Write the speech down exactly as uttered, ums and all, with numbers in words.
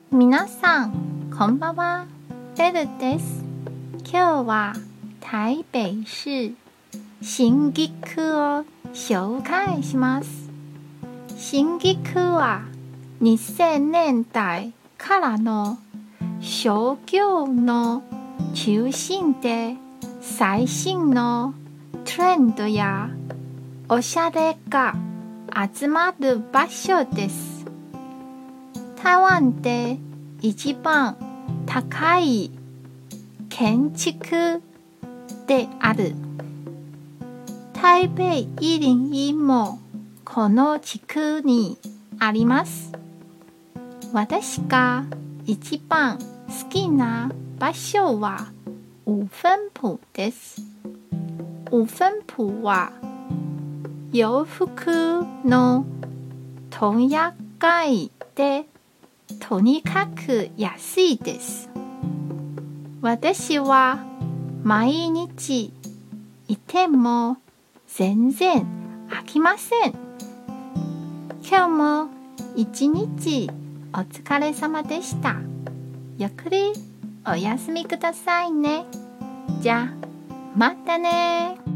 皆さん、こんばんは。ベルです。今日は台北市新宿区を紹介します。新宿はにせんねんだいからの商業の中心で、最新のトレンドやおしゃれが集まる場所です。台湾で一番高い建築である台北一零一もこの地区にあります。私が一番好きな場所は五分埔です。五分埔は洋服の問屋街でとにかく安いです。私は毎日いても全然飽きません。今日も一日お疲れ様でした。ゆっくりお休みくださいね。じゃあまたね。